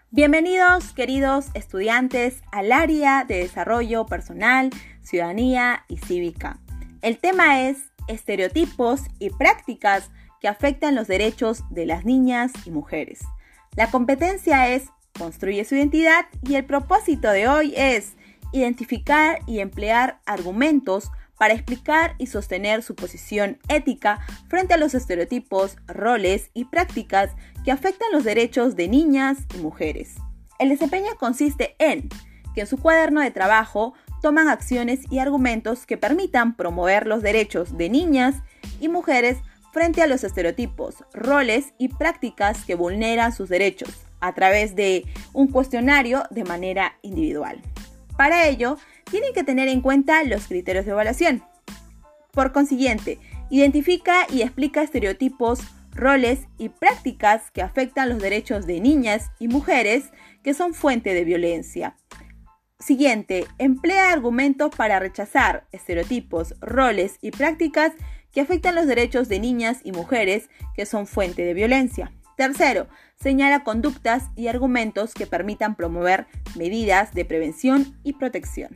Bienvenidos, queridos estudiantes, al área de desarrollo personal, ciudadanía y cívica. El tema es estereotipos y prácticas que afectan los derechos de las niñas y mujeres. La competencia es construye su identidad y el propósito de hoy es identificar y emplear argumentos para explicar y sostener su posición ética frente a los estereotipos, roles y prácticas que afectan los derechos de niñas y mujeres. El desempeño consiste en que en su cuaderno de trabajo toman acciones y argumentos que permitan promover los derechos de niñas y mujeres frente a los estereotipos, roles y prácticas que vulneran sus derechos a través de un cuestionario de manera individual. Para ello, tienen que tener en cuenta los criterios de evaluación. Por consiguiente, identifica y explica estereotipos, roles y prácticas que afectan los derechos de niñas y mujeres que son fuente de violencia. Siguiente, emplea argumentos para rechazar estereotipos, roles y prácticas que afectan los derechos de niñas y mujeres que son fuente de violencia. Tercero, señala conductas y argumentos que permitan promover medidas de prevención y protección.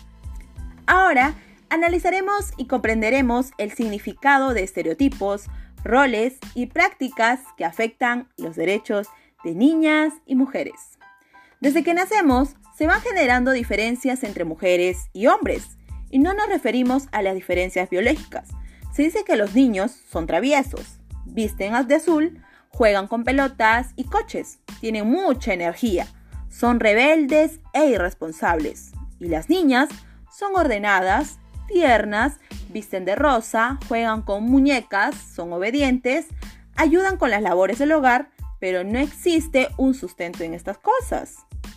Ahora, analizaremos y comprenderemos el significado de estereotipos, roles y prácticas que afectan los derechos de niñas y mujeres. Desde que nacemos, se van generando diferencias entre mujeres y hombres, y no nos referimos a las diferencias biológicas. Se dice que los niños son traviesos, visten de azul, juegan con pelotas y coches, tienen mucha energía, son rebeldes e irresponsables. Y las niñas son ordenadas, tiernas, visten de rosa, juegan con muñecas, son obedientes, ayudan con las labores del hogar, pero no existe un sustento en estas cosas.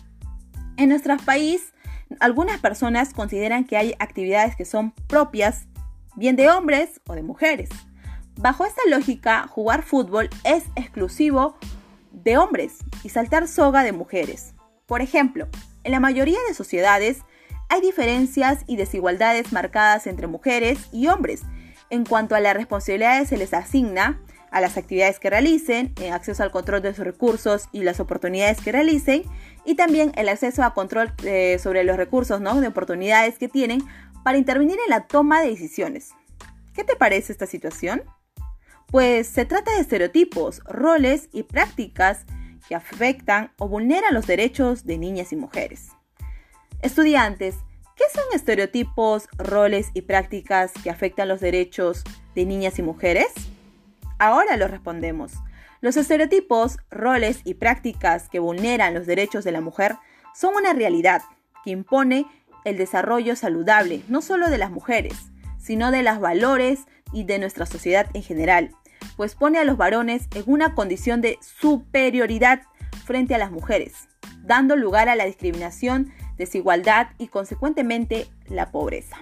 En nuestro país, algunas personas consideran que hay actividades que son propias bien de hombres o de mujeres. Bajo esta lógica, jugar fútbol es exclusivo de hombres y saltar soga de mujeres. Por ejemplo, en la mayoría de sociedades hay diferencias y desigualdades marcadas entre mujeres y hombres en cuanto a las responsabilidades se les asigna a las actividades que realicen, en acceso al control de sus recursos y las oportunidades que realicen, y también el acceso a control sobre los recursos, de oportunidades que tienen para intervenir en la toma de decisiones. ¿Qué te parece esta situación? Pues se trata de estereotipos, roles y prácticas que afectan o vulneran los derechos de niñas y mujeres. Estudiantes, ¿qué son estereotipos, roles y prácticas que afectan los derechos de niñas y mujeres? Ahora lo respondemos. Los estereotipos, roles y prácticas que vulneran los derechos de la mujer son una realidad que impone el desarrollo saludable no solo de las mujeres, sino de los valores y de nuestra sociedad en general, pues pone a los varones en una condición de superioridad frente a las mujeres, dando lugar a la discriminación, desigualdad y consecuentemente la pobreza.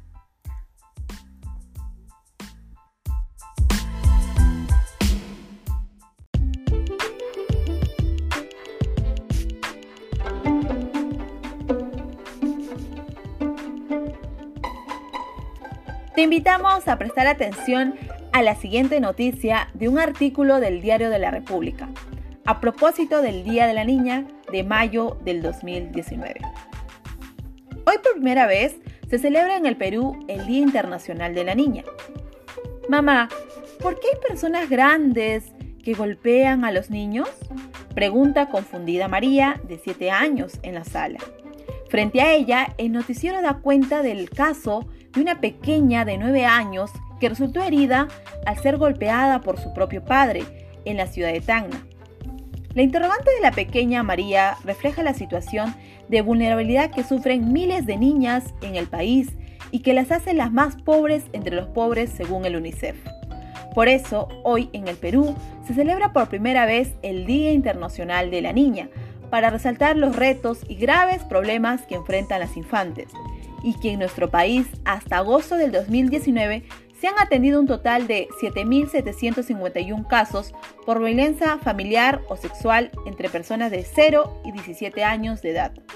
Te invitamos a prestar atención a la siguiente noticia de un artículo del Diario de la República, a propósito del Día de la Niña de mayo del 2019. Hoy por primera vez se celebra en el Perú el Día Internacional de la Niña. Mamá, ¿por qué hay personas grandes que golpean a los niños? Pregunta confundida María, de 7 años, en la sala. Frente a ella, el noticiero da cuenta del caso de una pequeña de 9 años que resultó herida al ser golpeada por su propio padre en la ciudad de Tacna. La interrogante de la pequeña María refleja la situación de vulnerabilidad que sufren miles de niñas en el país y que las hace las más pobres entre los pobres según el UNICEF. Por eso, hoy en el Perú se celebra por primera vez el Día Internacional de la Niña, para resaltar los retos y graves problemas que enfrentan las infantes, y que en nuestro país hasta agosto del 2019 se han atendido un total de 7.751 casos por violencia familiar o sexual entre personas de 0 y 17 años de edad.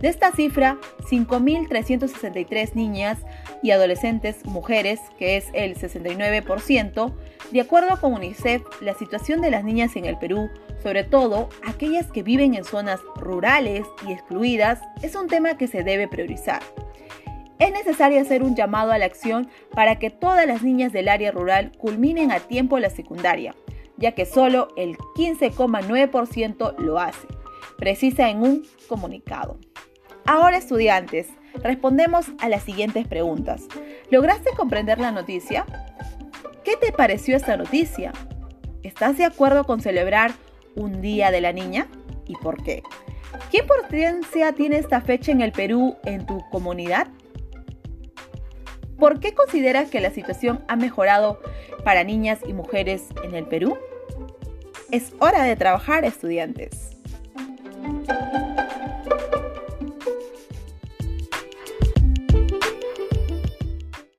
De esta cifra, 5.363 niñas y adolescentes mujeres, que es el 69%, de acuerdo con UNICEF, la situación de las niñas en el Perú, sobre todo aquellas que viven en zonas rurales y excluidas, es un tema que se debe priorizar. Es necesario hacer un llamado a la acción para que todas las niñas del área rural culminen a tiempo la secundaria, ya que solo el 15,9% lo hace, precisa en un comunicado. Ahora, estudiantes, respondemos a las siguientes preguntas. ¿Lograste comprender la noticia? ¿Qué te pareció esta noticia? ¿Estás de acuerdo con celebrar un Día de la Niña? ¿Y por qué? ¿Qué importancia tiene esta fecha en el Perú en tu comunidad? ¿Por qué consideras que la situación ha mejorado para niñas y mujeres en el Perú? Es hora de trabajar, estudiantes.